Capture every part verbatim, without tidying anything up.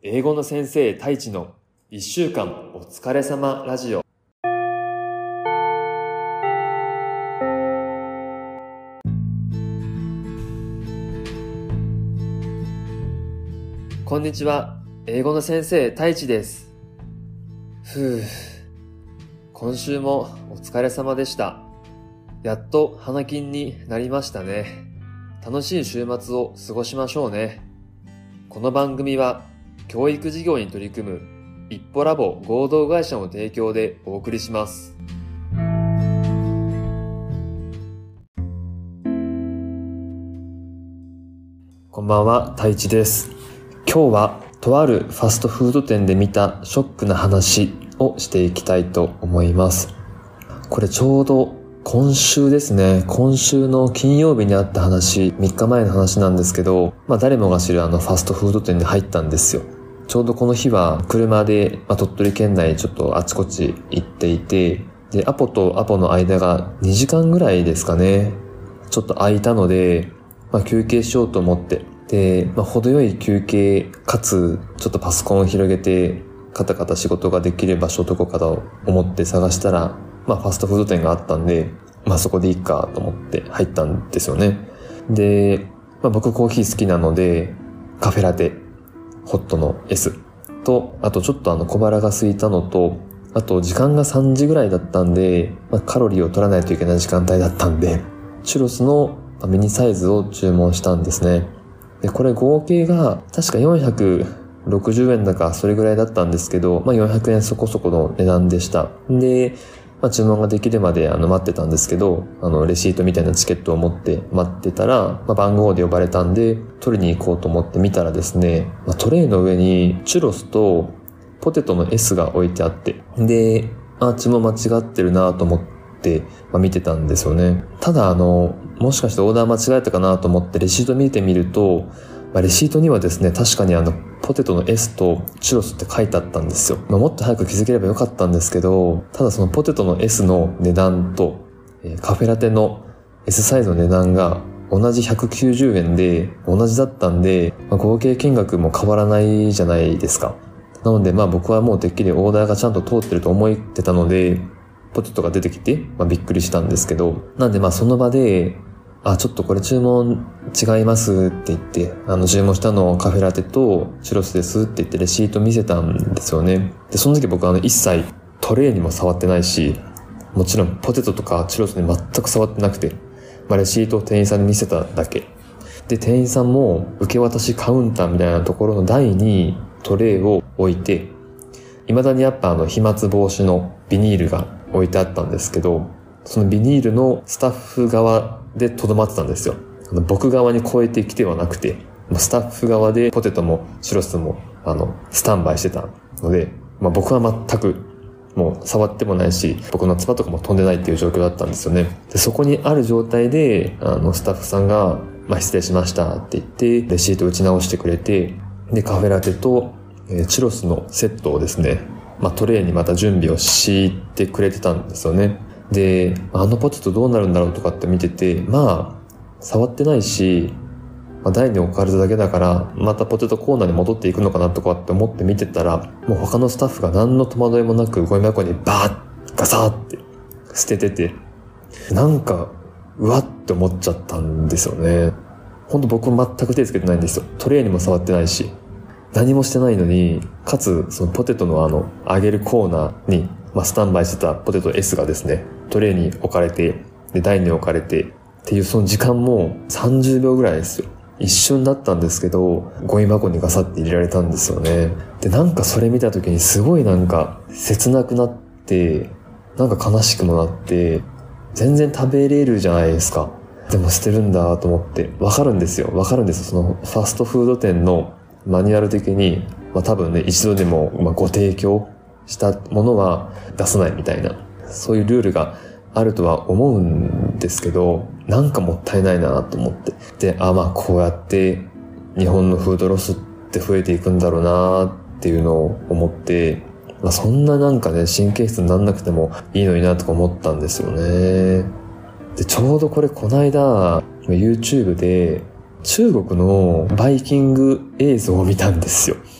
英語の先生太一のいっしゅうかんお疲れ様ラジオ。こんにちは、英語の先生太一です。ふう、今週もお疲れ様でした。やっと花金になりましたね。楽しい週末を過ごしましょうね。この番組は教育事業に取り組む一歩ラボ合同会社の提供でお送りします。こんばんは、太一です。今日はとあるファストフード店で見たショックな話をしていきたいと思います。これちょうど今週ですね。今週の金曜日にあった話、みっかまえの話なんですけど、まあ誰もが知るあのファストフード店に入ったんですよ。ちょうどこの日は車で、まあ、鳥取県内ちょっとあちこち行っていて、で、アポとアポの間がにじかんぐらいですかね。ちょっと空いたので、まあ休憩しようと思って、で、まあ程よい休憩かつ、ちょっとパソコンを広げて、カタカタ仕事ができる場所どこかと思って探したら、まあファストフード店があったんで、まあそこでいいかと思って入ったんですよね。で、まあ僕コーヒー好きなので、カフェラテ、ホットの S と、あとちょっとあの小腹が空いたのと、あと時間がさんじぐらいだったんで、まあ、カロリーを取らないといけない時間帯だったんで、チュロスのミニサイズを注文したんですね。で、これ合計が確かよんひゃくろくじゅうえんだかそれぐらいだったんですけど、まあよんひゃくえんそこそこの値段でした。で、まあ注文ができるまであの待ってたんですけど、あのレシートみたいなチケットを持って待ってたら、まあ番号で呼ばれたんで取りに行こうと思って見たらですね、まあ、トレイの上にチュロスとポテトの S が置いてあって、で、あ、注文間違ってるなと思って、まあ、見てたんですよね。ただあの、もしかしてオーダー間違えたかなと思ってレシート見てみると、まあ、レシートにはですね、確かにあの、ポテトの S とチュロスって書いてあったんですよ。まあ、もっと早く気づければよかったんですけど、ただそのポテトの S の値段と、えー、カフェラテの S サイズの値段が同じひゃくきゅうじゅうえんで同じだったんで、まあ、合計金額も変わらないじゃないですか。なのでまあ僕はもうてっきりオーダーがちゃんと通ってると思ってたので、ポテトが出てきて、まあ、びっくりしたんですけど、なんでまあその場で、あ、ちょっとこれ注文違いますって言って、あの注文したのカフェラテとチュロスですって言ってレシート見せたんですよね。で、その時僕はあの一切トレイにも触ってないし、もちろんポテトとかチュロスに全く触ってなくて、まあレシートを店員さんに見せただけ。で、店員さんも受け渡しカウンターみたいなところの台にトレイを置いて、未だにやっぱあの飛沫防止のビニールが置いてあったんですけど、そのビニールのスタッフ側で留まってたんですよ。あの僕側に越えてきてはなくて、スタッフ側でポテトもチュロスもあのスタンバイしてたので、まあ、僕は全くもう触ってもないし、僕の唾とかも飛んでないっていう状況だったんですよね。で、そこにある状態であのスタッフさんが、まあ、失礼しましたって言ってレシート打ち直してくれて、でカフェラテと、えー、チュロスのセットをですね、まあ、トレイにまた準備をしてくれてたんですよね。で、あのポテトどうなるんだろうとかって見てて、まあ触ってないし、まあ、台に置かれただけだからまたポテトコーナーに戻っていくのかなとかって思って見てたら、もう他のスタッフが何の戸惑いもなくゴミ箱にバーッガサーって捨ててて、なんかうわって思っちゃったんですよね。ほんと僕も全く手つけてないんですよ。トレイにも触ってないし何もしてないのに、かつそのポテトのあの揚げるコーナーに、まあ、スタンバイしてたポテト S がですね、トレイに置かれて、で台に置かれてっていうその時間もさんじゅうびょうぐらいですよ。一瞬だったんですけど、ゴミ箱にガサって入れられたんですよね。で、なんかそれ見た時にすごいなんか切なくなって、なんか悲しくもなって、全然食べれるじゃないですか。でも捨てるんだと思って、わかるんですよ。わかるんですよ。そのファストフード店のマニュアル的に、まあ多分ね、一度でもまあご提供したものは出さないみたいな、そういうルールがあるとは思うんですけど、なんかもったいないなと思って。で、あ、まあこうやって日本のフードロスって増えていくんだろうなっていうのを思って、まあそんななんかね、神経質になんなくてもいいのになとか思ったんですよね。で、ちょうどこれこの間 YouTube で中国のバイキング映像を見たんですよ。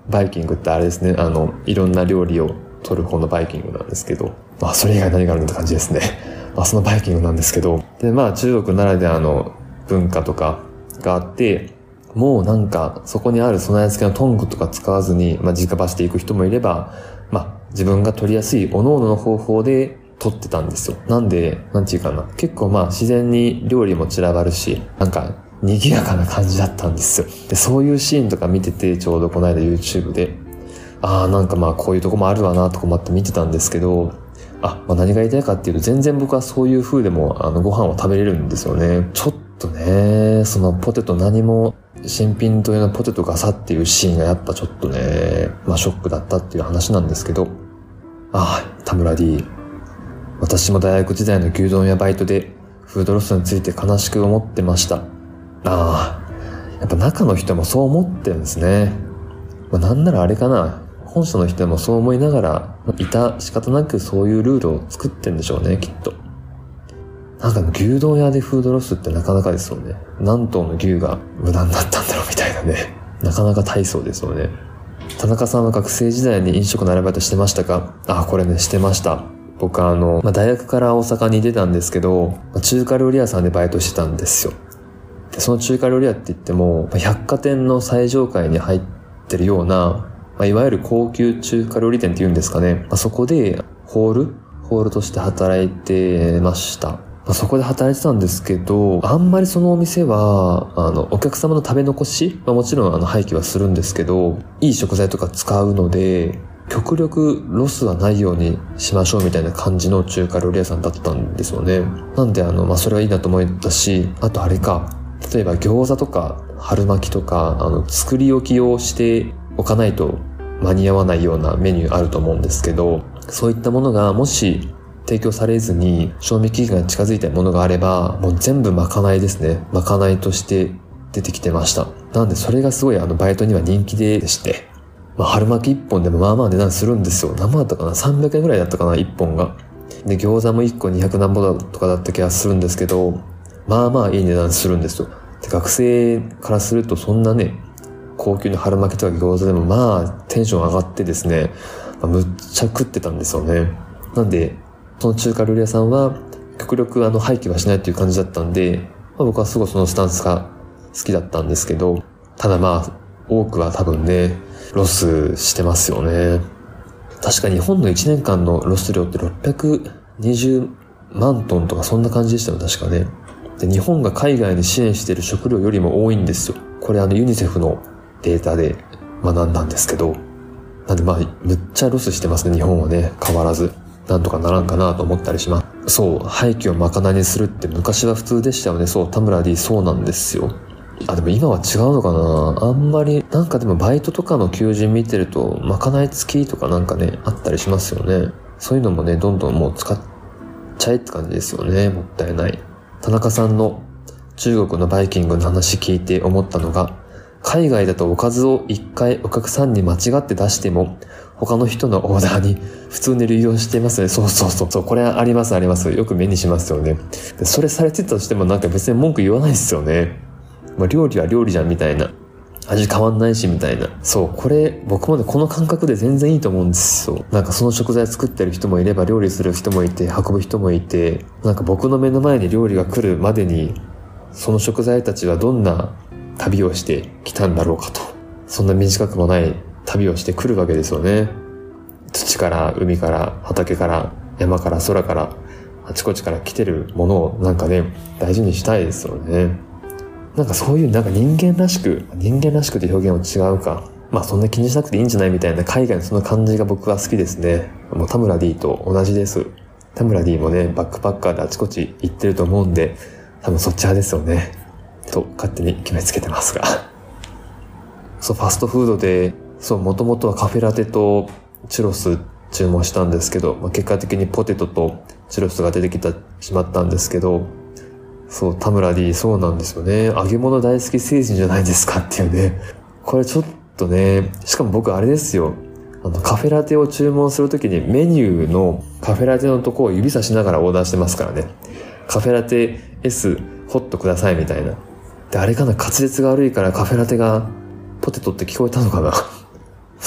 バイキングってあれですね、あのいろんな料理を取る方のバイキングなんですけど、まあそれ以外何があるんだって感じですね。まあそのバイキングなんですけど、でまあ中国ならではの文化とかがあって、もうなんかそこにある備え付けのトングとか使わずに、まあ直箸で行く人もいれば、まあ自分が取りやすい各々の方法で取ってたんですよ。なんで、なんていうかな、結構まあ自然に料理も散らばるし、なんか賑やかな感じだったんですよ。で、そういうシーンとか見てて、ちょうどこの間 YouTube で、ああなんかまあこういうとこもあるわなとか思って見てたんですけど、あ、まあ、何が言いたいかっていうと、全然僕はそういう風でもあのご飯を食べれるんですよね。ちょっとね、そのポテト何も新品というのポテトガサっていうシーンがやっぱちょっとね、まあショックだったっていう話なんですけど、ああ、田村 D、私も大学時代の牛丼屋バイトでフードロスについて悲しく思ってました。ああ、やっぱ中の人もそう思ってるんですね。まあ、なんならあれかな、本社の人もそう思いながらいた、仕方なくそういうルールを作ってんでしょうね、きっと。なんか牛丼屋でフードロスってなかなかですよね。何頭の牛が無駄になったんだろうみたいなね。なかなか大層ですよね。田中さんは学生時代に飲食のアルバイトしてましたか？あ、これね、してました。僕はあの、まあ、大学から大阪に出たんですけど、まあ、中華料理屋さんでバイトしてたんですよ。で、その中華料理屋って言っても、まあ、百貨店の最上階に入ってるような、まあ、いわゆる高級中華料理店って言うんですかね。まあ、そこでホールホールとして働いてました。まあ、そこで働いてたんですけど、あんまりそのお店は、あの、お客様の食べ残し、まあ、もちろんあの廃棄はするんですけど、いい食材とか使うので、極力ロスはないようにしましょうみたいな感じの中華料理屋さんだったんですよね。なんであの、まあ、それはいいなと思ったし、あとあれか、例えば餃子とか春巻きとか、あの、作り置きをしておかないと間に合わないようなメニューあると思うんですけど、そういったものがもし提供されずに賞味期限が近づいたものがあれば、もう全部まかないですね。まかないとして出てきてました。なんでそれがすごいあのバイトには人気でして、まあ、春巻きいっぽんでもまあまあ値段するんですよ。何もだったかな ?さんびゃくえんぐらいだったかな ?いっぽんが。で、餃子もいっこにひゃくなんぼだとかだった気がするんですけど、まあまあいい値段するんですよ。で、学生からするとそんなね、高級な春巻きとか餃子でもまあテンション上がってですね、まあ、むっちゃ食ってたんですよね。なんで、その中華料理屋さんは極力あの廃棄はしないっていう感じだったんで、まあ、僕はすごいそのスタンスが好きだったんですけど、ただまあ多くは多分ね、ロスしてますよね。確か日本のいちねんかんのロス量ってろっぴゃくにじゅうまんトンとかそんな感じでしたよ、確かね。で、日本が海外に支援している食料よりも多いんですよ。これあのユニセフのデータで学んだんですけど。なんでまあ、むっちゃロスしてますね、日本はね。変わらず。なんとかならんかなと思ったりします。そう、廃棄をまかないにするって昔は普通でしたよね。そう、田村 D そうなんですよ。あ、でも今は違うのかな。あんまり、なんかでもバイトとかの求人見てると、まかない付きとかなんかね、あったりしますよね。そういうのもね、どんどんもう使っちゃえって感じですよね。もったいない。田中さんの中国のバイキングの話聞いて思ったのが、海外だとおかずを一回お客さんに間違って出しても、他の人のオーダーに普通に類用していますね。そうそうそう。そう、これありますあります。よく目にしますよね。でそれされてたとしてもなんか別に文句言わないですよね。まあ、料理は料理じゃんみたいな。味変わんないしみたいな。そう、これ僕もね、この感覚で全然いいと思うんですよ。なんかその食材作ってる人もいれば料理する人もいて運ぶ人もいて、なんか僕の目の前に料理が来るまでにその食材たちはどんな旅をしてきたんだろうかと。そんな短くもない旅をしてくるわけですよね。土から海から畑から山から空からあちこちから来てるものをなんかね、大事にしたいですよね。なんかそういうなんか人間らしく、人間らしくって表現は違うか。まあそんな気にしなくていいんじゃないみたいな海外のその感じが僕は好きですね。もう田村 D と同じです。田村 D もね、バックパッカーであちこち行ってると思うんで、多分そっち派ですよね。と勝手に決めつけてますが。そう、ファストフードで、そう、もともとはカフェラテとチュロス注文したんですけど、まあ、結果的にポテトとチュロスが出てきてしまったんですけど、そう、田村 D、そうなんですよね。揚げ物大好き成人じゃないですかっていうね。これちょっとね、しかも僕あれですよ。あの、カフェラテを注文するときにメニューのカフェラテのとこを指さしながらオーダーしてますからね。カフェラテ S ホットくださいみたいな。で、あれかな、滑舌が悪いからカフェラテがポテトって聞こえたのかな。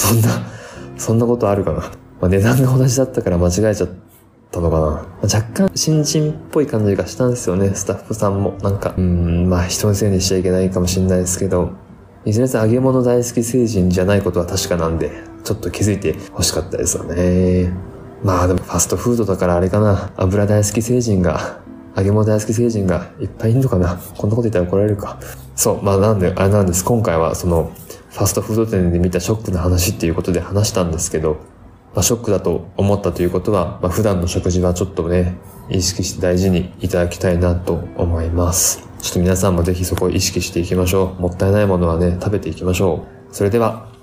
そんな、そんなことあるかな。まあ、値段が同じだったから間違えちゃったのかな。まあ、若干新人っぽい感じがしたんですよね、スタッフさんも。なんか、うーん、まあ人のせいにしちゃいけないかもしれないですけど、いずれにせよ揚げ物大好き成人じゃないことは確かなんで、ちょっと気づいて欲しかったですよね。まあでもファストフードだからあれかな、油大好き成人が、揚げ物大好き成人がいっぱいいるのかな。こんなこと言ったら怒られるか。そう、まあなんで、あれなんです。今回はその、ファストフード店で見たショックな話っていうことで話したんですけど、まあ、ショックだと思ったということは、まあ、普段の食事はちょっとね、意識して大事にいただきたいなと思います。ちょっと皆さんもぜひそこを意識していきましょう。もったいないものはね、食べていきましょう。それでは。